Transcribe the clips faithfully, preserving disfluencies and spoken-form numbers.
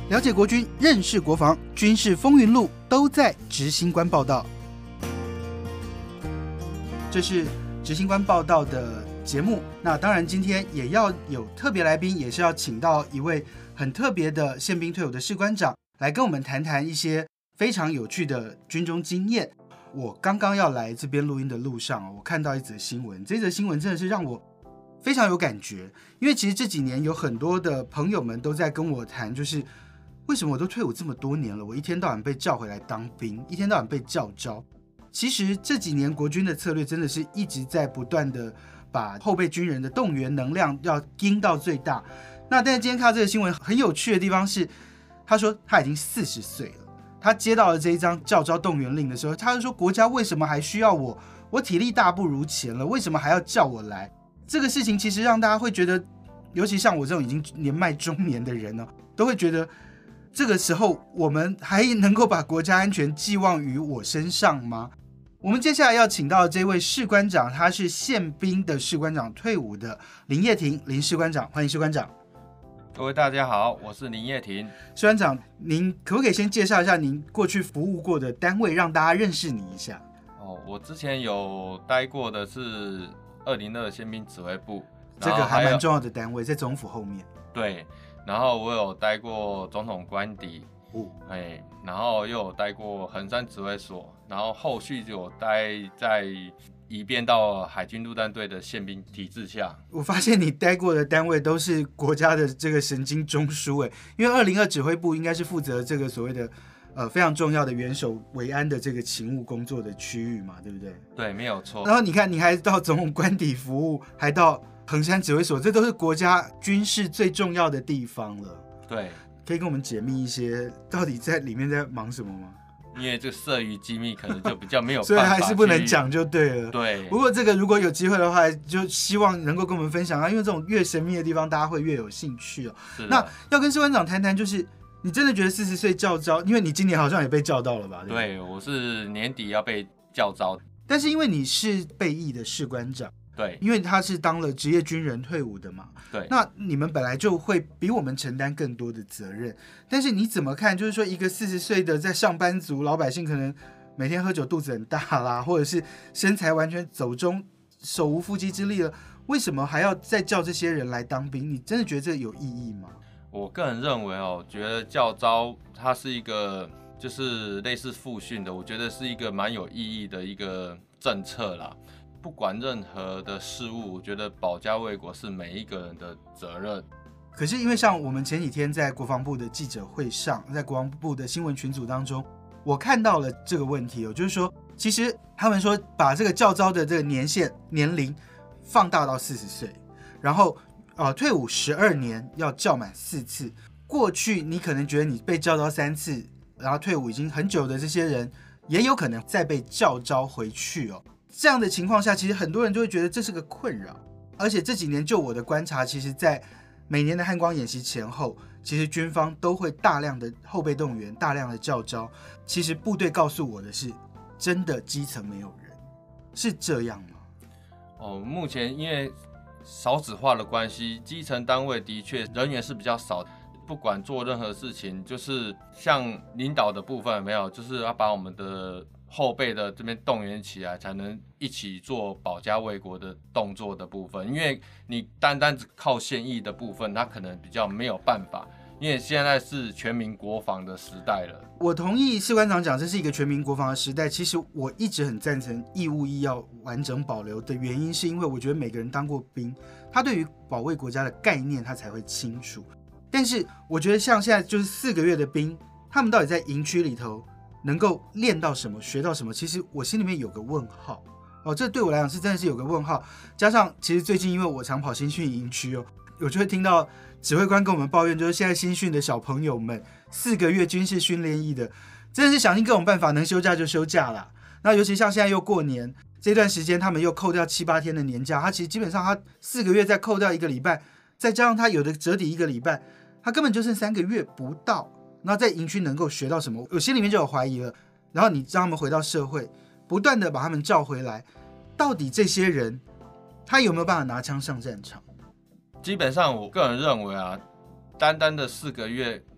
了解国军，认识国防，军事风云录都在执行官报道。这是执行官报道的节目，那当然今天也要有特别来宾，也是要请到一位很特别的宪兵退伍的士官长来跟我们谈谈一些非常有趣的军中经验。我刚刚要来这边录音的路上，我看到一则新闻，这则新闻真的是让我非常有感觉，因为其实这几年有很多的朋友们都在跟我谈，就是为什么我都退伍这么多年了，我一天到晚被叫回来当兵，一天到晚被叫召。其实这几年国军的策略真的是一直在不断的把后备军人的动员能量要盯到最大。那但是今天看到这个新闻很有趣的地方是，他说他已经四十岁了，他接到了这一张教召动员令的时候，他就说国家为什么还需要我？我体力大不如前了，为什么还要叫我来？这个事情其实让大家会觉得，尤其像我这种已经年迈中年的人呢，都会觉得这个时候我们还能够把国家安全寄望于我身上吗？我们接下来要请到的这位士官长，他是宪兵的士官长，退伍的林业庭林士官长，欢迎士官长。 各位大家好，我是林业庭。 士官长，您可不可以先介绍一下您过去服务过的单位，让大家认识你一下？ 哦，我之前有待过的是二零二宪兵指挥部， 这个还蛮重要的单位，在总府后面。 对，然后我有待过总统官邸，哦哎、然后又有待过衡山指挥所，然后后续就有待在移变到海军陆战队的宪兵体制下。 我发现你待过的单位都是国家的这个神经中枢，因为二零二指挥部应该是负责这个所谓的呃非常重要的元首维安的这个勤务工作的区域嘛，对不对？ 对，没有错。 然后你看，你还到总统官邸服务，还到衡山指挥所，这都是国家军事最重要的地方了。 对， 可以跟我们解密一些到底在里面在忙什么吗？ 因为这个涉于机密，可能就比较没有办法， 所以还是不能讲就对了。 对。 不过这个如果有机会的话，就希望能够跟我们分享啊，因为这种越神秘的地方，大家会越有兴趣哦。那要跟士官长谈谈，就是你真的觉得四十岁教召，因为你今年好像也被叫到了吧？ 对, 对，我是年底要被叫召， 但是因为你是备役的士官长。 对， 因为他是当了职业军人退伍的嘛， 对， 那你们本来就会比我们承担更多的责任。但是你怎么看？就是说，一个四十岁的在上班族老百姓，可能每天喝酒肚子很大啦，或者是身材完全走中手无缚鸡之力了，为什么还要再叫这些人来当兵？你真的觉得这有意义吗？ 我个人认为哦，觉得教召它是一个就是类似复训的，我觉得是一个蛮有意义的一个政策啦。不管任何的事物，我觉得保家卫国是每一个人的责任。 可是因为像我们前几天在国防部的记者会上，在国防部的新闻群组当中，我看到了这个问题哦，就是说，其实他们说把这个教召的这个年限年龄放大到四十岁，然后呃退伍十二年要叫满四次。过去你可能觉得你被叫召三次，然后退伍已经很久的这些人，也有可能再被叫召回去哦。这样的情况下，其实很多人就会觉得这是个困扰，而且这几年就我的观察，其实在每年的汉光演习前后，其实军方都会大量的后备动员，大量的教召。其实部队告诉我的是，真的基层没有人，是这样吗？ 哦，目前因为少子化的关系，基层单位的确人员是比较少。不管做任何事情，就是像领导的部分没有，就是要把我们的后备的这边动员起来，才能一起做保家卫国的动作的部分。因为你单单只靠现役的部分，它可能比较没有办法。因为现在是全民国防的时代了。 我同意士官长讲，这是一个全民国防的时代。其实我一直很赞成义务役要完整保留的原因，是因为我觉得每个人当过兵，他对于保卫国家的概念他才会清楚。但是我觉得像现在就是四个月的兵，他们到底在营区里头能够练到什么，学到什么？其实我心里面有个问号哦，这对我来讲是真的是有个问号。加上其实最近因为我常跑新训营区哦，我就会听到指挥官跟我们抱怨，就是现在新训的小朋友们四个月军事训练役的，真的是想尽各种办法能休假就休假啦。那尤其像现在又过年这段时间，他们又扣掉七八天的年假，他其实基本上他四个月再扣掉一个礼拜，再加上他有的折抵一个礼拜，他根本就剩三个月不到。那在营区能够学到什么？我心里面就有怀疑了。然后你让他们回到社会，不断的把他们召回来，到底这些人他有没有办法拿枪上战场？ 基本上我个人认为啊，单单的四个月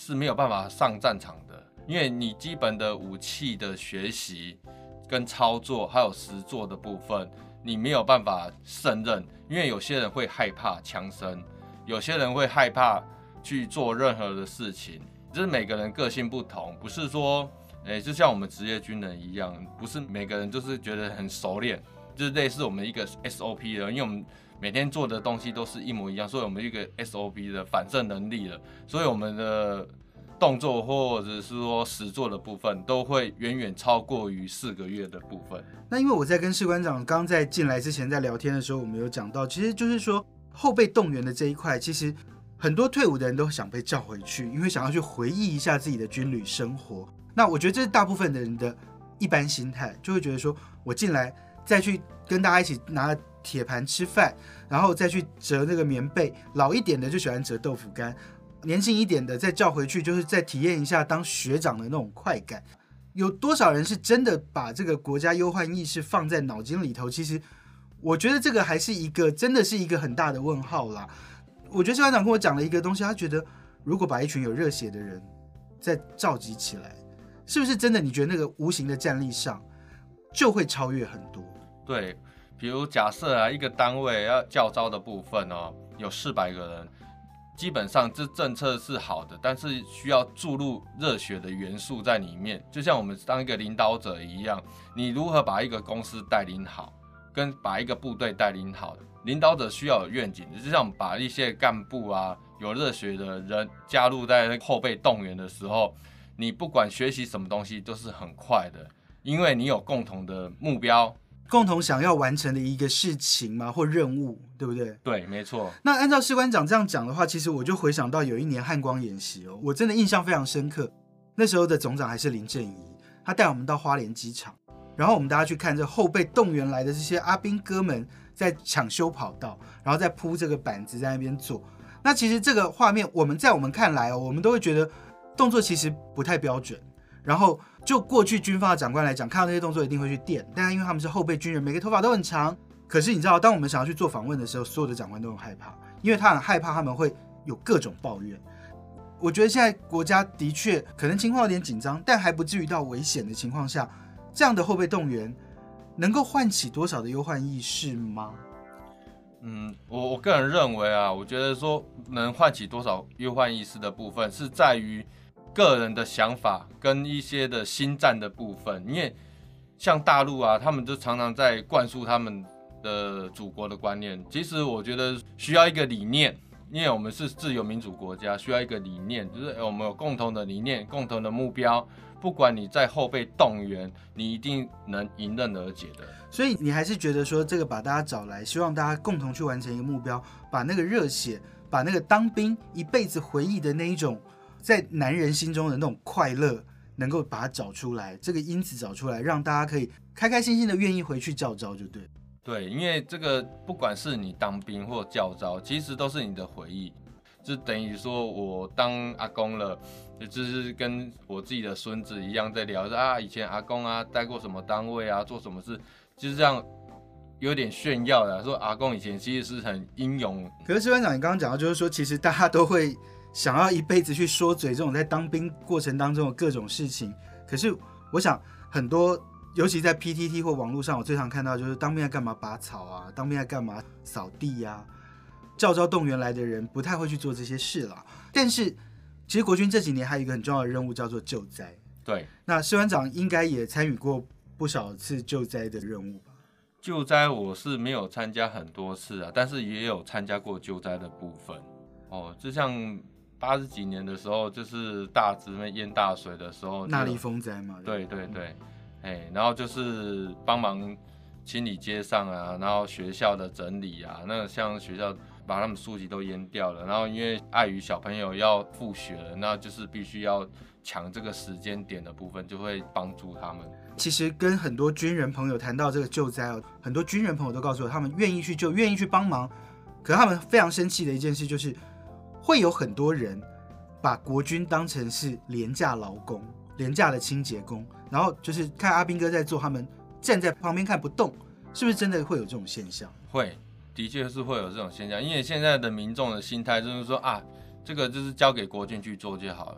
是没有办法上战场的，因为你基本的武器的学习跟操作还有实作的部分，你没有办法胜任，因为有些人会害怕枪声，有些人会害怕去做任何的事情，就是每个人个性不同，不是说，欸，就像我们职业军人一样，不是每个人就是觉得很熟练，就是类似我们一个 S O P 的，因为我们每天做的东西都是一模一样，所以我们一个 S O P 的反射能力了，所以我们的动作或者是说实作的部分都会远远超过于四个月的部分。 那因为我在跟士官长刚刚在进来之前在聊天的时候，我们有讲到，其实就是说后备动员的这一块，其实很多退伍的人都想被叫回去，因为想要去回忆一下自己的军旅生活。那我觉得这是大部分的人的一般心态，就会觉得说我进来再去跟大家一起拿铁盘吃饭，然后再去折那个棉被，老一点的就喜欢折豆腐干，年轻一点的再叫回去，就是再体验一下当学长的那种快感。有多少人是真的把这个国家忧患意识放在脑筋里头？其实我觉得这个还是一个真的是一个很大的问号啦。我觉得士官长跟我讲了一个东西，他觉得如果把一群有热血的人再召集起来，是不是真的你觉得那个无形的战力上就会超越很多？ 对，比如假设啊，一个单位要教召的部分哦，有四百个人，基本上这政策是好的，但是需要注入热血的元素在里面。就像我们当一个领导者一样，你如何把一个公司带领好，跟把一个部队带领好，领导者需要有愿景，就像把一些干部啊有热血的人加入在后备动员的时候，你不管学习什么东西都是很快的，因为你有共同的目标， 共同想要完成的一个事情嘛，或任务，对不对？ 对，没错。 那按照士官长这样讲的话，其实我就回想到有一年汉光演习哦，我真的印象非常深刻。那时候的总长还是林正仪，他带我们到花莲机场，然后我们大家去看这后备动员来的这些阿兵哥们在抢修跑道，然后再铺这个板子在那边做。那其实这个画面，我们在我们看来哦，我们都会觉得动作其实不太标准。然后就过去军方的长官来讲，看到那些动作一定会去电，但因为他们是后备军人，每个头发都很长。可是你知道，当我们想要去做访问的时候，所有的长官都很害怕，因为他很害怕他们会有各种抱怨。我觉得现在国家的确可能情况有点紧张，但还不至于到危险的情况下，这样的后备动员能够唤起多少的忧患意识吗？ 嗯，我我个人认为啊，我觉得说能唤起多少忧患意识的部分，是在于个人的想法跟一些的心战的部分。因为像大陆啊，他们就常常在灌输他们的祖国的观念。其实我觉得需要一个理念，因为我们是自由民主国家，需要一个理念，就是我们有共同的理念、共同的目标。不管你在后备动员，你一定能迎刃而解的。 所以你还是觉得说，这个把大家找来，希望大家共同去完成一个目标，把那个热血，把那个当兵一辈子回忆的那一种在男人心中的那种快乐，能够把它找出来，这个因子找出来，让大家可以开开心心的愿意回去教召，就对。 对，因为这个不管是你当兵或教召，其实都是你的回忆。就等于说我当阿公了，就是跟我自己的孙子一样在聊，说啊，以前阿公啊待过什么单位啊，做什么事，就是这样有点炫耀的，说阿公以前其实是很英勇。 可是士官长，你刚刚讲到，就是说，其实大家都会想要一辈子去说嘴这种在当兵过程当中的各种事情。可是我想很多，尤其在 P T T 或网络上，我最常看到就是当兵在干嘛拔草啊，当兵在干嘛扫地啊。教召动员来的人不太会去做这些事啦。但是其实国军这几年还有一个很重要的任务叫做救灾。 对， 那士官长应该也参与过不少次救灾的任务吧？ 救灾我是没有参加很多次啊，但是也有参加过救灾的部分。哦，就像八十几年的时候，就是大直面淹大水的时候， 那莉风灾嘛。 对对对，哎、嗯，然后就是帮忙清理街上啊，然后学校的整理啊，那像学校把他们书籍都淹掉了，然后因为碍于小朋友要复学了，那就是必须要抢这个时间点的部分，就会帮助他们。 其实跟很多军人朋友谈到这个救灾，很多军人朋友都告诉我，他们愿意去救，愿意去帮忙。可是他们非常生气的一件事就是，会有很多人把国军当成是廉价劳工、廉价的清洁工，然后就是看阿兵哥在做，他们站在旁边看不动，是不是真的会有这种现象？ 会。的确是会有这种现象，因为现在的民众的心态就是说啊，这个就是交给国军去做就好了。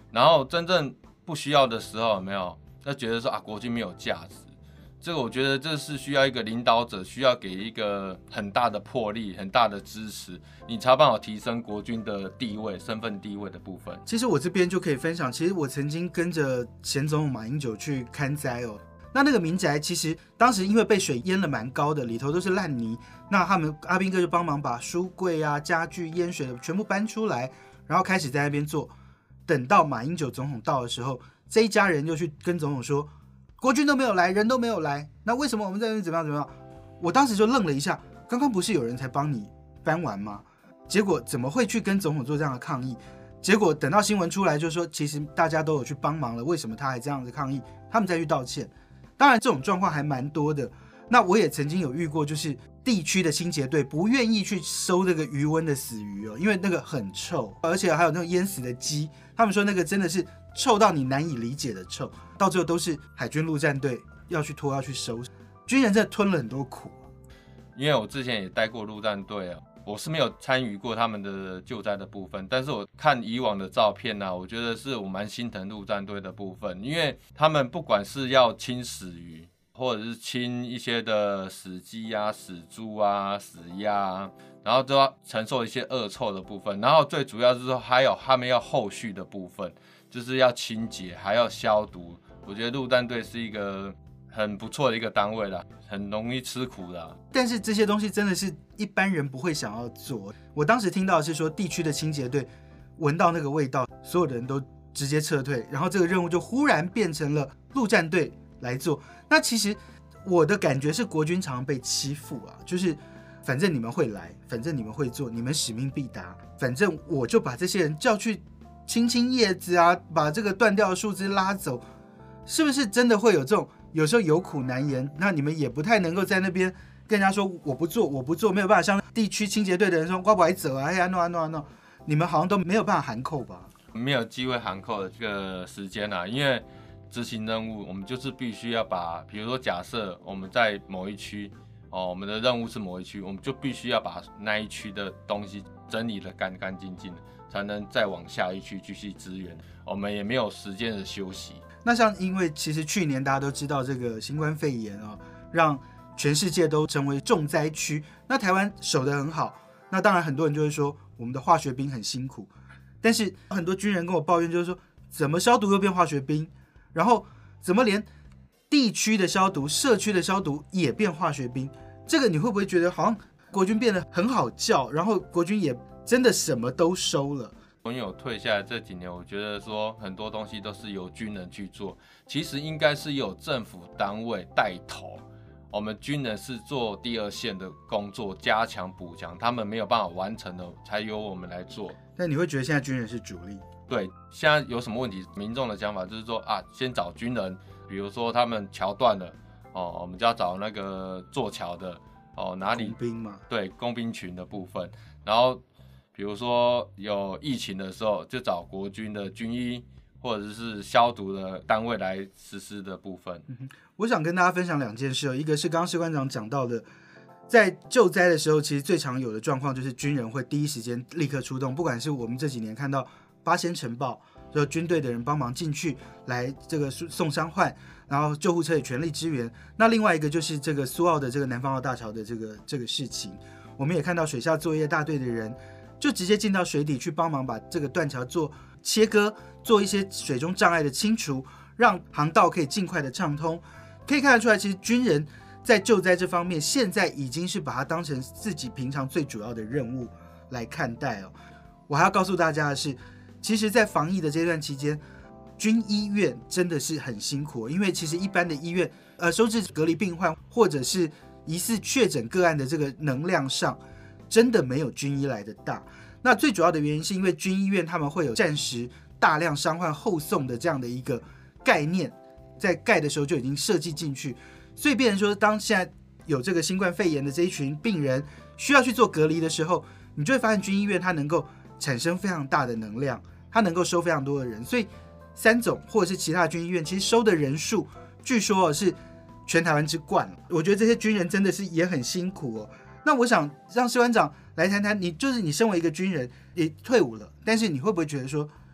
然后真正不需要的时候有没有，要觉得说啊国军没有价值。这个我觉得这是需要一个领导者，需要给一个很大的魄力、很大的支持，你才办法提升国军的地位、身份地位的部分。 其实我这边就可以分享，其实我曾经跟着前总统马英九去勘灾哦。那那个民宅其实当时因为被水淹了蛮高的，里头都是烂泥，那他们阿兵哥就帮忙把书柜啊、家具淹水的全部搬出来，然后开始在那边做。等到马英九总统到的时候，这一家人就去跟总统说，国军都没有来，人都没有来，那为什么我们在那边怎么样怎么样？我当时就愣了一下，刚刚不是有人才帮你搬完吗？结果怎么会去跟总统做这样的抗议？结果等到新闻出来就说其实大家都有去帮忙了，为什么他还这样子抗议？他们再去道歉。当然这种状况还蛮多的，那我也曾经有遇过，就是地区的清洁队不愿意去收这个余温的死鱼哦，因为那个很臭，而且还有那种淹死的鸡，他们说那个真的是臭到你难以理解的臭，到最后都是海军陆战队要去拖要去收，军人真的吞了很多苦。 因为我之前也待过陆战队啊，我是没有参与过他们的救灾的部分，但是我看以往的照片啊，我觉得是我蛮心疼陆战队的部分，因为他们不管是要清死鱼，或者是清一些的死鸡啊、死猪啊、死鸭啊，然后都要承受一些恶臭的部分，然后最主要是说还有他们要后续的部分，就是要清洁还要消毒。我觉得陆战队是一个很不错的一个单位啦，很容易吃苦啦。 但是这些东西真的是一般人不会想要做。我当时听到的是说，地区的清洁队闻到那个味道，所有的人都直接撤退，然后这个任务就忽然变成了陆战队来做。那其实我的感觉是国军常常被欺负啊，就是反正你们会来，反正你们会做，你们使命必达，反正我就把这些人叫去清清叶子啊，把这个断掉的树枝拉走，是不是真的会有这种有时候有苦难言？那你们也不太能够在那边跟人家说我不做我不做，没有办法像地区清洁队的人说我不来走啊，哎呀 no no no， 你们好像都没有办法含扣吧？ 没有机会含扣的这个时间啊，因为执行任务我们就是必须要把，比如说假设我们在某一区哦，我们的任务是某一区，我们就必须要把那一区的东西整理得干干净净，才能再往下一区继续支援。我们也没有时间的休息。 那像因为其实去年大家都知道这个新冠肺炎啊，让全世界都成为重灾区。那台湾守得很好，那当然很多人就会说我们的化学兵很辛苦，但是很多军人跟我抱怨就是说，怎么消毒又变化学兵，然后怎么连地区的消毒、社区的消毒也变化学兵？这个你会不会觉得好像国军变得很好叫，然后国军也真的什么都收了？ 因为我退下来这几年，我觉得说很多东西都是由军人去做，其实应该是由政府单位带头，我们军人是做第二线的工作，加强补强，他们没有办法完成的，才由我们来做。 但你会觉得现在军人是主力？ 对，现在有什么问题？民众的讲法就是说啊，先找军人，比如说他们桥断了，哦，我们就要找那个做桥的，哦，哪里？ 工兵嘛。对， 工兵群的部分，然后。比如说有疫情的时候，就找国军的军医或者是消毒的单位来实施的部分。 嗯、我想跟大家分享两件事，一个是刚刚士官长讲到的，在救灾的时候，其实最常有的状况就是军人会第一时间立刻出动，不管是我们这几年看到八仙城堡，就军队的人帮忙进去来这个送伤患，然后救护车也全力支援。那另外一个就是这个苏澳的这个南方澳大桥的这个这个事情，我们也看到水下作业大队的人。就直接进到水底去帮忙把这个断桥做切割，做一些水中障碍的清除，让航道可以尽快的畅通。可以看得出来，其实军人在救灾这方面，现在已经是把它当成自己平常最主要的任务来看待哦。我还要告诉大家的是，其实，在防疫的这段期间，军医院真的是很辛苦，因为其实一般的医院，呃，收治隔离病患或者是疑似确诊个案的这个能量上。真的没有军医来的大，那最主要的原因是因为军医院他们会有暂时大量伤患后送的这样的一个概念，在盖的时候就已经设计进去，所以变成说，当现在有这个新冠肺炎的这一群病人需要去做隔离的时候，你就会发现军医院它能够产生非常大的能量，它能够收非常多的人，所以三总或者是其他军医院其实收的人数，据说是全台湾之冠。我觉得这些军人真的是也很辛苦哦。那我想让士官长来谈谈，你就是你身为一个军人，也退伍了，但是你会不会觉得说，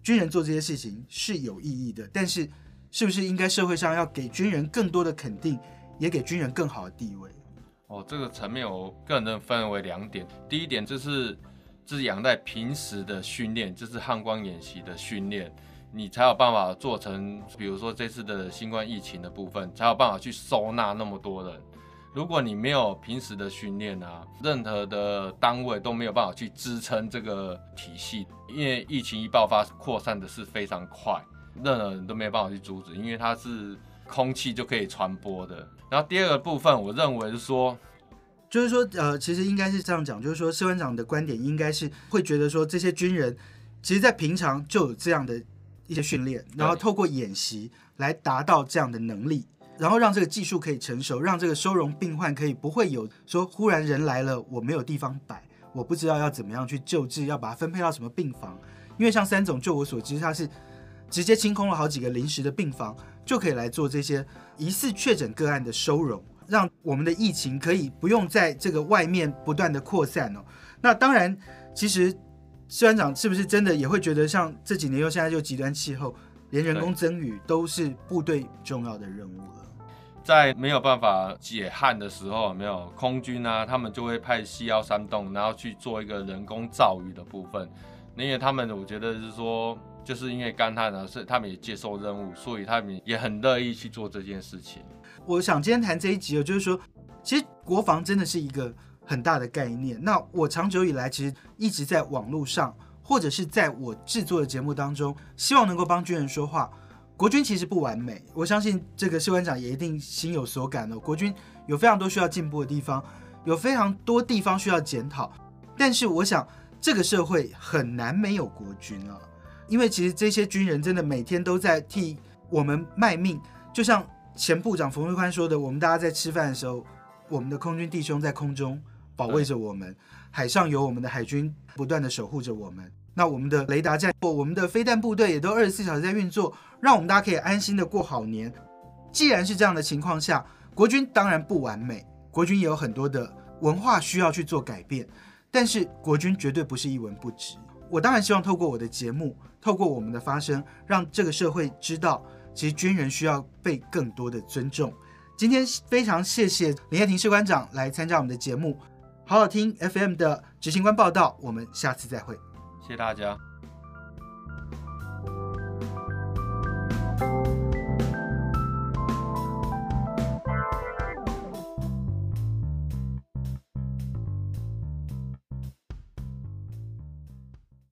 军人做这些事情是有意义的，但是是不是应该社会上要给军人更多的肯定，也给军人更好的地位？ 哦，这个层面我个人分为两点。第一点就是这是仰赖平时的训练，就是汉光演习的训练，你才有办法做成，比如说这次的新冠疫情的部分，才有办法去收纳那么多人。如果你没有平时的训练啊，任何的单位都没有办法去支撑这个体系，因为疫情一爆发，扩散的是非常快，任何人都没有办法去阻止，因为它是空气就可以传播的。然后第二个部分，我认为是说， 就是说，呃，其实应该是这样讲，就是说，士官长的观点应该是会觉得说，这些军人其实在平常就有这样的一些训练，然后透过演习来达到这样的能力。然后让这个技术可以成熟，让这个收容病患可以不会有说忽然人来了我没有地方摆，我不知道要怎么样去救治，要把它分配到什么病房。因为像三总就我所知，他是直接清空了好几个临时的病房，就可以来做这些疑似确诊个案的收容，让我们的疫情可以不用在这个外面不断的扩散哦。那当然，其实士官长是不是真的也会觉得，像这几年又现在就极端气候，连人工增雨都是部队重要的任务了。 在没有办法解旱的时候，有没有空军啊，他们就会派 C 一三栋，然后去做一个人工造雨的部分。因为他们我觉得是说，就是因为干旱啊，所以他们也接受任务，所以他们也很乐意去做这件事情。 我想今天谈这一集，就是说，其实国防真的是一个很大的概念。那我长久以来其实一直在网络上，或者是在我制作的节目当中，希望能够帮军人说话。国军其实不完美，我相信这个士官长也一定心有所感哦。国军有非常多需要进步的地方，有非常多地方需要检讨。但是我想，这个社会很难没有国军啊，因为其实这些军人真的每天都在替我们卖命。就像前部长冯慧宽说的，我们大家在吃饭的时候，我们的空军弟兄在空中保卫着我们，海上有我们的海军不断的守护着我们。那我们的雷达站，我们的飞弹部队也都二十四小时在运作，让我们大家可以安心的过好年。既然是这样的情况下，国军当然不完美，国军也有很多的文化需要去做改变，但是国军绝对不是一文不值。我当然希望透过我的节目，透过我们的发声，让这个社会知道，其实军人需要被更多的尊重。今天非常谢谢林叶庭士官长来参加我们的节目，好好听 F M 的执行官报道，我们下次再会。 谢谢大家。